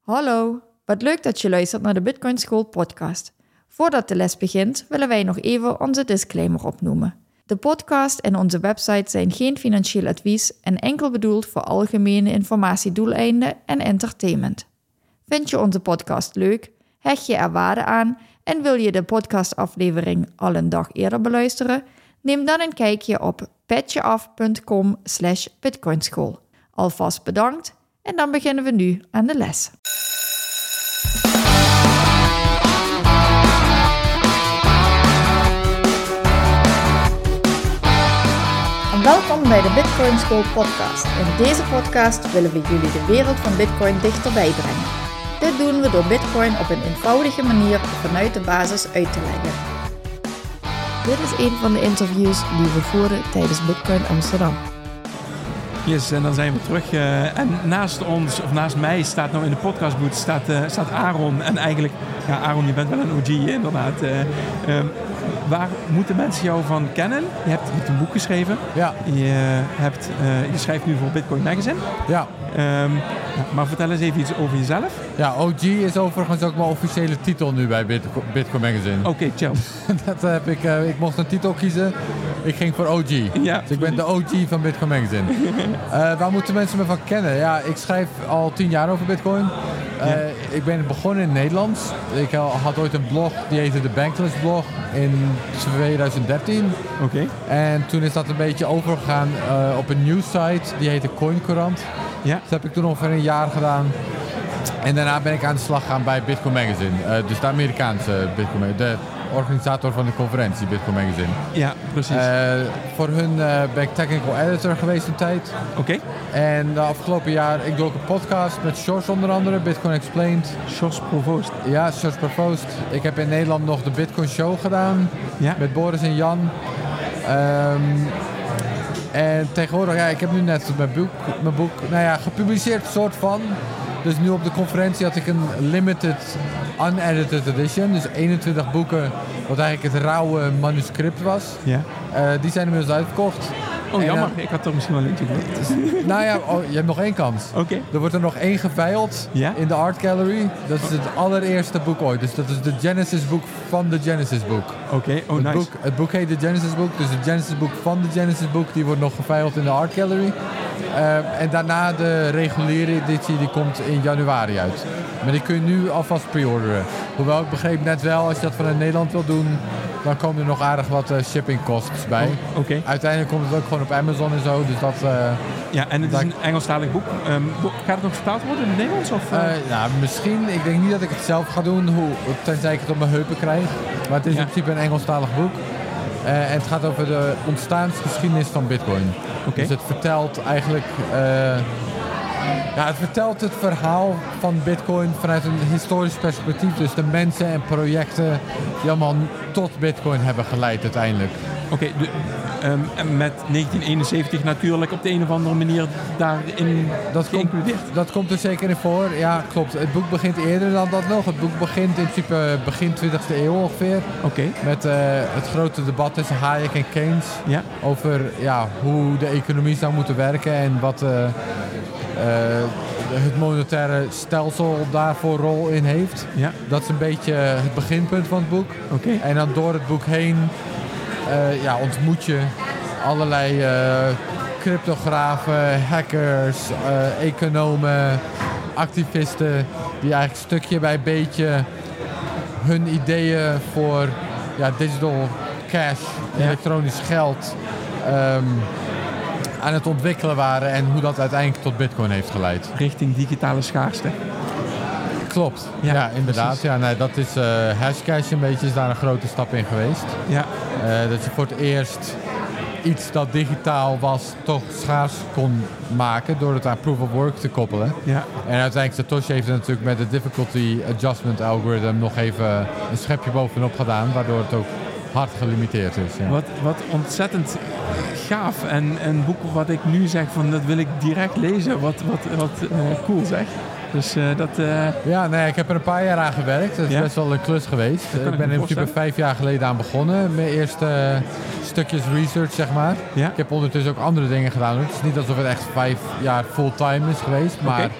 Hallo, wat leuk dat je luistert naar de Bitcoin School podcast. Voordat de les begint, willen wij nog even onze disclaimer opnoemen. De podcast en onze website zijn geen financieel advies en enkel bedoeld voor algemene informatiedoeleinden en entertainment. Vind je onze podcast leuk? Hecht je er waarde aan en wil je de podcastaflevering al een dag eerder beluisteren? Neem dan een kijkje op petjeaf.com/bitcoinschool. Alvast bedankt en dan beginnen we nu aan de les. En welkom bij de Bitcoin School podcast. In deze podcast willen we jullie de wereld van Bitcoin dichterbij brengen. Dit doen we door Bitcoin op een eenvoudige manier vanuit de basis uit te leggen. Dit is een van de interviews die we voerden tijdens Bitcoin Amsterdam. Yes, en dan zijn we terug. En naast ons, of naast mij, staat nou in de podcastboot staat Aaron. En eigenlijk, ja, Aaron, je bent wel een OG, inderdaad. Waar moeten mensen jou van kennen? Je hebt een boek geschreven. Ja. Je schrijft nu voor Bitcoin Magazine. Ja. Maar vertel eens even iets over jezelf. Ja, OG is overigens ook mijn officiële titel nu bij Bitcoin Magazine. Oké, chill. Dat heb ik mocht een titel kiezen. Ik ging voor OG. Ja, dus ik ben de OG van Bitcoin Magazine. Waar moeten mensen me van kennen? Ja, ik schrijf al 10 jaar over Bitcoin. Ik ben begonnen in het Nederlands. Ik had ooit een blog, die heette de Bankless blog in 2013. Oké. En toen is dat een beetje overgegaan op een nieuwssite, die heette Coincourant. Ja. Dat heb ik toen ongeveer een jaar gedaan. En daarna ben ik aan de slag gegaan bij Bitcoin Magazine. Dus de Amerikaanse Bitcoin Magazine. De organisator van de conferentie Bitcoin Magazine. Ja, precies. Voor hun ben ik technical editor geweest een tijd. Oké. En de afgelopen jaar, ik doe ook een podcast met Sjors onder andere, Bitcoin Explained. Sjors Provoost. Ja, Sjors Provoost. Ik heb in Nederland nog de Bitcoin Show gedaan. Ja. Met Boris en Jan. En tegenwoordig, ja, ik heb nu net mijn boek gepubliceerd, soort van. Dus nu op de conferentie had ik een limited unedited edition. Dus 21 boeken, wat eigenlijk het rauwe manuscript was. Ja. Die zijn inmiddels uitverkocht. Oh, jammer. Ik had er misschien wel eentje gehoord. Nou ja, je hebt nog 1 kans. Oké. Er wordt er nog 1 geveild in de Art Gallery. Dat is het allereerste boek ooit. Dus dat is de Genesis boek van de Genesis boek. Oké, oh nice. Het boek heet de Genesis boek. Dus het Genesis boek van de Genesis boek, die wordt nog geveild in de Art Gallery. En daarna de reguliere editie, die komt in januari uit. Maar die kun je nu alvast pre-orderen. Hoewel ik begreep net wel, als je dat vanuit Nederland wil doen, dan komen er nog aardig wat shipping costs bij. Oh, okay. Uiteindelijk komt het ook gewoon op Amazon en zo. Dus dat, ja, en het is een Engelstalig boek. Gaat het nog vertaald worden in het Nederlands? Of, ja, misschien. Ik denk niet dat ik het zelf ga doen, tenzij ik het op mijn heupen krijg. Maar het is in principe een Engelstalig boek. En het gaat over de ontstaansgeschiedenis van Bitcoin. Okay. Dus het vertelt eigenlijk... het vertelt het verhaal van Bitcoin vanuit een historisch perspectief. Dus de mensen en projecten die allemaal tot Bitcoin hebben geleid uiteindelijk. Oké, met 1971 natuurlijk op de een of andere manier daarin geïncludeerd. Dat komt er zeker in voor. Ja, klopt. Het boek begint eerder dan dat nog. Het boek begint in principe begin 20e eeuw ongeveer. Oké. Met het grote debat tussen Hayek en Keynes. Ja. Over hoe de economie zou moeten werken en wat... het monetaire stelsel daarvoor rol in heeft. Ja. Dat is een beetje het beginpunt van het boek. Okay. En dan door het boek heen ontmoet je allerlei cryptografen, hackers, economen, activisten die eigenlijk stukje bij beetje hun ideeën voor digital cash, elektronisch geld aan het ontwikkelen waren en hoe dat uiteindelijk tot Bitcoin heeft geleid. Richting digitale schaarste. Klopt, ja inderdaad. Ja, nee, dat is Hashcash een beetje, is daar een grote stap in geweest. Ja. Dat je voor het eerst iets dat digitaal was toch schaars kon maken door het aan proof of work te koppelen. Ja. En uiteindelijk Satoshi heeft er natuurlijk met de difficulty adjustment algorithm nog even een schepje bovenop gedaan, waardoor het ook hard gelimiteerd is. Ja. Wat ontzettend gaaf. En een boek wat ik nu zeg van dat wil ik direct lezen. Wat cool zeg. Dus Ja, nee, ik heb er een paar jaar aan gewerkt. Het is best wel een klus geweest. Ik ben er in principe 5 jaar geleden aan begonnen. Mijn eerste stukjes research, zeg maar. Ja. Ik heb ondertussen ook andere dingen gedaan. Het is niet alsof het echt 5 jaar fulltime is geweest. Maar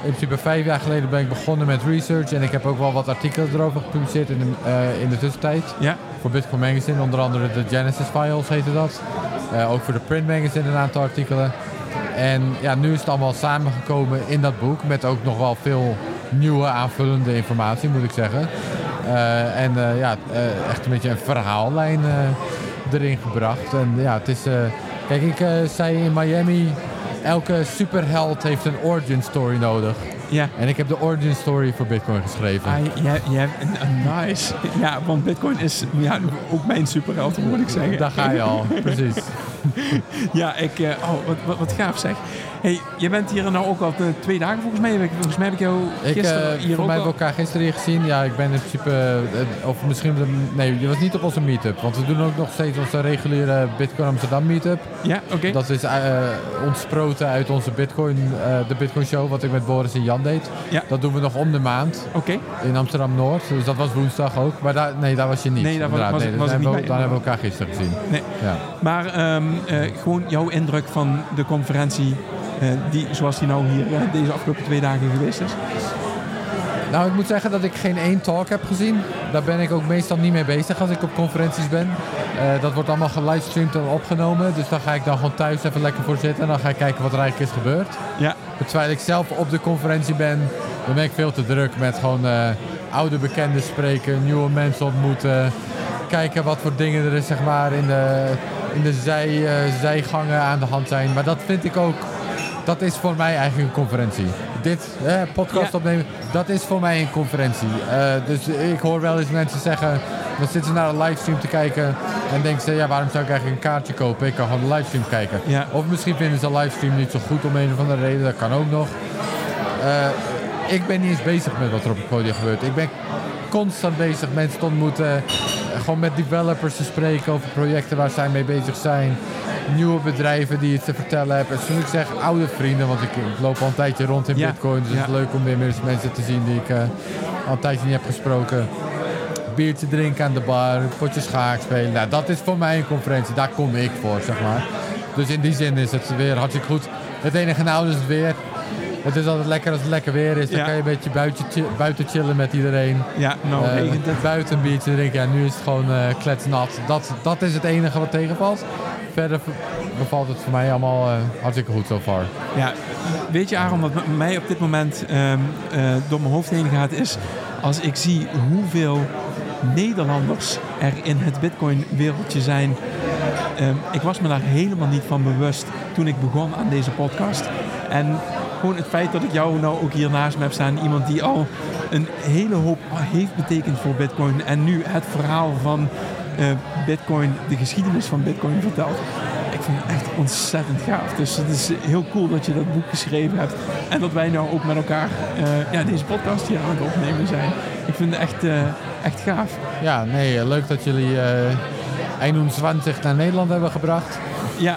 In principe 5 jaar geleden ben ik begonnen met research. En ik heb ook wel wat artikelen erover gepubliceerd in de tussentijd. Ja. Voor Bitcoin Magazine, onder andere de Genesis Files heette dat. Ook voor de Print Magazine een aantal artikelen. En ja, nu is het allemaal samengekomen in dat boek. Met ook nog wel veel nieuwe aanvullende informatie, moet ik zeggen. Echt een beetje een verhaallijn erin gebracht. En ja, het is... kijk, ik zei in Miami... Elke superheld heeft een origin story nodig. Ja. En ik heb de origin story voor Bitcoin geschreven. Nice. Ja, want Bitcoin is ook mijn superheld, moet ik zeggen. Daar ga je al, precies. Ja, wat gaaf zeg. Hey, je bent hier nou ook al 2 dagen volgens mij. Volgens mij heb ik jou gisteren hier voor ook mij al... hebben we elkaar gisteren hier gezien. Ja, ik ben in principe... Nee, je was niet op onze meetup. Want we doen ook nog steeds onze reguliere Bitcoin Amsterdam meetup. Ja, oké. Dat is ontsproten uit onze de Bitcoin Show, wat ik met Boris en Jan deed. Ja. Dat doen we nog om de maand. Oké. In Amsterdam-Noord. Dus dat was woensdag ook. Maar daar was je niet. Nee, daar was ik niet bij. Dan hebben we elkaar gisteren gezien. Nee. Ja. Maar gewoon jouw indruk van de conferentie... zoals die nou hier deze afgelopen 2 dagen geweest is? Nou, ik moet zeggen dat ik geen 1 talk heb gezien. Daar ben ik ook meestal niet mee bezig als ik op conferenties ben. Dat wordt allemaal gelivestreamd en opgenomen. Dus daar ga ik dan gewoon thuis even lekker voor zitten. En dan ga ik kijken wat er eigenlijk is gebeurd. Ja. Terwijl ik zelf op de conferentie ben, dan ben ik veel te druk met gewoon oude bekenden spreken, nieuwe mensen ontmoeten. Kijken wat voor dingen er is, zeg maar, in de zijgangen aan de hand zijn. Maar dat vind ik ook... Dat is voor mij eigenlijk een conferentie. Dit, podcast opnemen, dat is voor mij een conferentie. Dus ik hoor wel eens mensen zeggen... Dan zitten ze naar een livestream te kijken... en denken ze, waarom zou ik eigenlijk een kaartje kopen? Ik kan gewoon de livestream kijken. Ja. Of misschien vinden ze de livestream niet zo goed om een of andere reden. Dat kan ook nog. Ik ben niet eens bezig met wat er op het podium gebeurt. Ik ben constant bezig mensen te ontmoeten... Gewoon met developers te spreken over projecten waar zij mee bezig zijn. Nieuwe bedrijven die iets te vertellen hebben. En zoals ik zeg, oude vrienden, want ik loop al een tijdje rond in Bitcoin. Dus het is leuk om weer mensen te zien die ik al een tijdje niet heb gesproken. Biertje drinken aan de bar, potje schaak spelen. Nou, dat is voor mij een conferentie, daar kom ik voor, zeg maar. Dus in die zin is het weer hartstikke goed. Het enige nou is het weer. Het is altijd lekker als het lekker weer is. Dan kan je een beetje buiten chillen met iedereen. Ja, nou regent het. Buiten een biertje drinken. Ja, nu is het gewoon kletsnat. Dat is het enige wat tegenvalt. Verder bevalt het voor mij allemaal hartstikke goed so far. Ja, weet je Aaron, wat mij op dit moment door mijn hoofd heen gaat is... Als ik zie hoeveel Nederlanders er in het Bitcoin-wereldje zijn... ik was me daar helemaal niet van bewust toen ik begon aan deze podcast. En gewoon het feit dat ik jou nou ook hier naast me heb staan... iemand die al een hele hoop heeft betekend voor Bitcoin... en nu het verhaal van Bitcoin, de geschiedenis van Bitcoin vertelt... Ik vind het echt ontzettend gaaf. Dus het is heel cool dat je dat boek geschreven hebt. En dat wij nou ook met elkaar deze podcast hier aan het opnemen zijn. Ik vind het echt gaaf. Ja, nee, leuk dat jullie 21 naar Nederland hebben gebracht. Ja,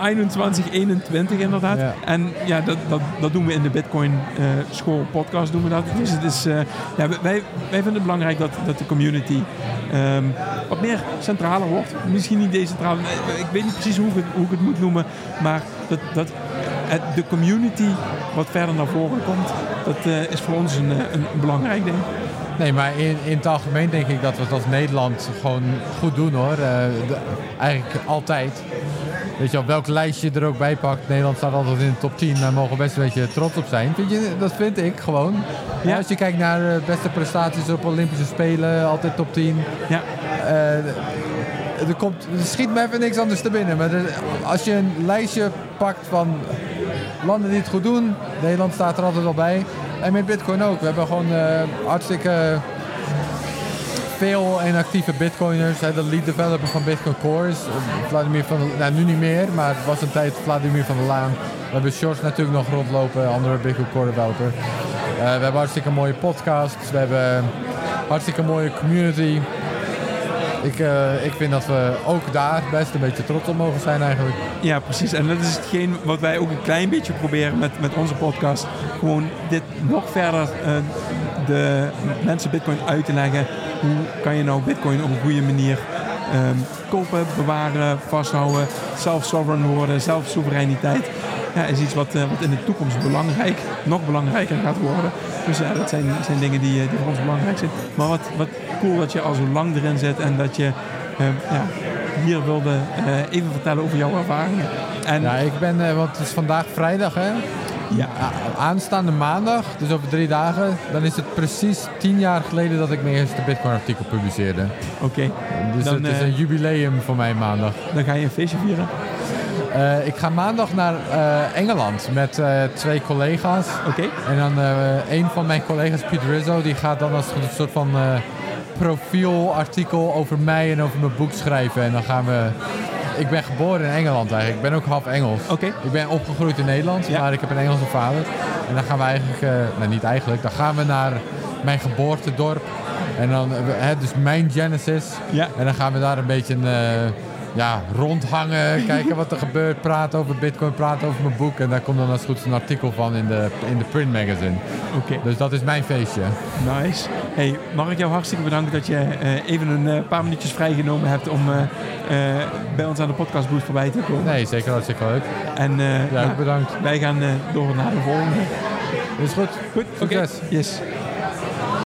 2021 inderdaad. Ja. En ja, dat doen we in de Bitcoin School podcast doen we dat. Dus het is, wij vinden het belangrijk dat de community wat meer centraler wordt. Misschien niet decentraal. Ik weet niet precies hoe ik het moet noemen. Maar dat de community wat verder naar voren komt, dat is voor ons een belangrijk ding. Nee, maar in het algemeen denk ik dat we het als Nederland gewoon goed doen hoor. Eigenlijk altijd. Weet je, op welk lijstje je er ook bij pakt. Nederland staat altijd in de top 10. Daar mogen we best een beetje trots op zijn. Dat vind ik gewoon. Ja. Als je kijkt naar de beste prestaties op Olympische Spelen. Altijd top 10. Ja. Er schiet me even niks anders te binnen. Maar als je een lijstje pakt van landen die het goed doen. Nederland staat er altijd al bij. En met Bitcoin ook. We hebben gewoon hartstikke veel en actieve Bitcoiners. De lead developer van Bitcoin Core is Vladimir van der Laan. Nou, nu niet meer, maar het was een tijd Vladimir van der Laan. We hebben Sjors natuurlijk nog rondlopen, andere Bitcoin Core developer. We hebben hartstikke mooie podcasts. We hebben hartstikke mooie community. Ik vind dat we ook daar best een beetje trots op mogen zijn eigenlijk. Ja, precies. En dat is hetgeen wat wij ook een klein beetje proberen met onze podcast. Gewoon dit nog verder de mensen Bitcoin uit te leggen. Hoe kan je nou Bitcoin op een goede manier kopen, bewaren, vasthouden, self-sovereign worden, zelfsoevereiniteit. is iets wat in de toekomst nog belangrijker gaat worden. Dus dat zijn dingen die voor ons belangrijk zijn. Maar wat cool dat je al zo lang erin zit en dat je hier wilde even vertellen over jouw ervaringen. En ja, ik ben, want het is vandaag vrijdag, hè? Ja. Aanstaande maandag, dus over 3 dagen, dan is het precies 10 jaar geleden dat ik mijn eerste Bitcoin-artikel publiceerde. Oké. Dus Dan, het is een jubileum voor mij maandag. Dan ga je een feestje vieren? Ik ga maandag naar Engeland met 2 collega's. Oké. En dan een van mijn collega's, Piet Rizzo, die gaat dan als een soort van profielartikel over mij en over mijn boek schrijven. En dan gaan we... Ik ben geboren in Engeland eigenlijk. Ik ben ook half Engels. Okay. Ik ben opgegroeid in Nederland, maar ik heb een Engelse vader. En dan gaan we eigenlijk... dan gaan we naar mijn geboortedorp. En dan, dus mijn Genesis. Ja. En dan gaan we daar een beetje rondhangen, kijken wat er gebeurt, praten over Bitcoin, praten over mijn boek. En daar komt dan als het goed is een artikel van in de print magazine. Okay. Dus dat is mijn feestje. Nice. Hey, mag ik jou hartstikke bedanken dat je even een paar minuutjes vrijgenomen hebt om bij ons aan de podcastbooth voorbij te komen. Nee, zeker hartstikke leuk. En ook bedankt. Wij gaan door naar de volgende. Is goed. Goed. Succes. Okay. Yes.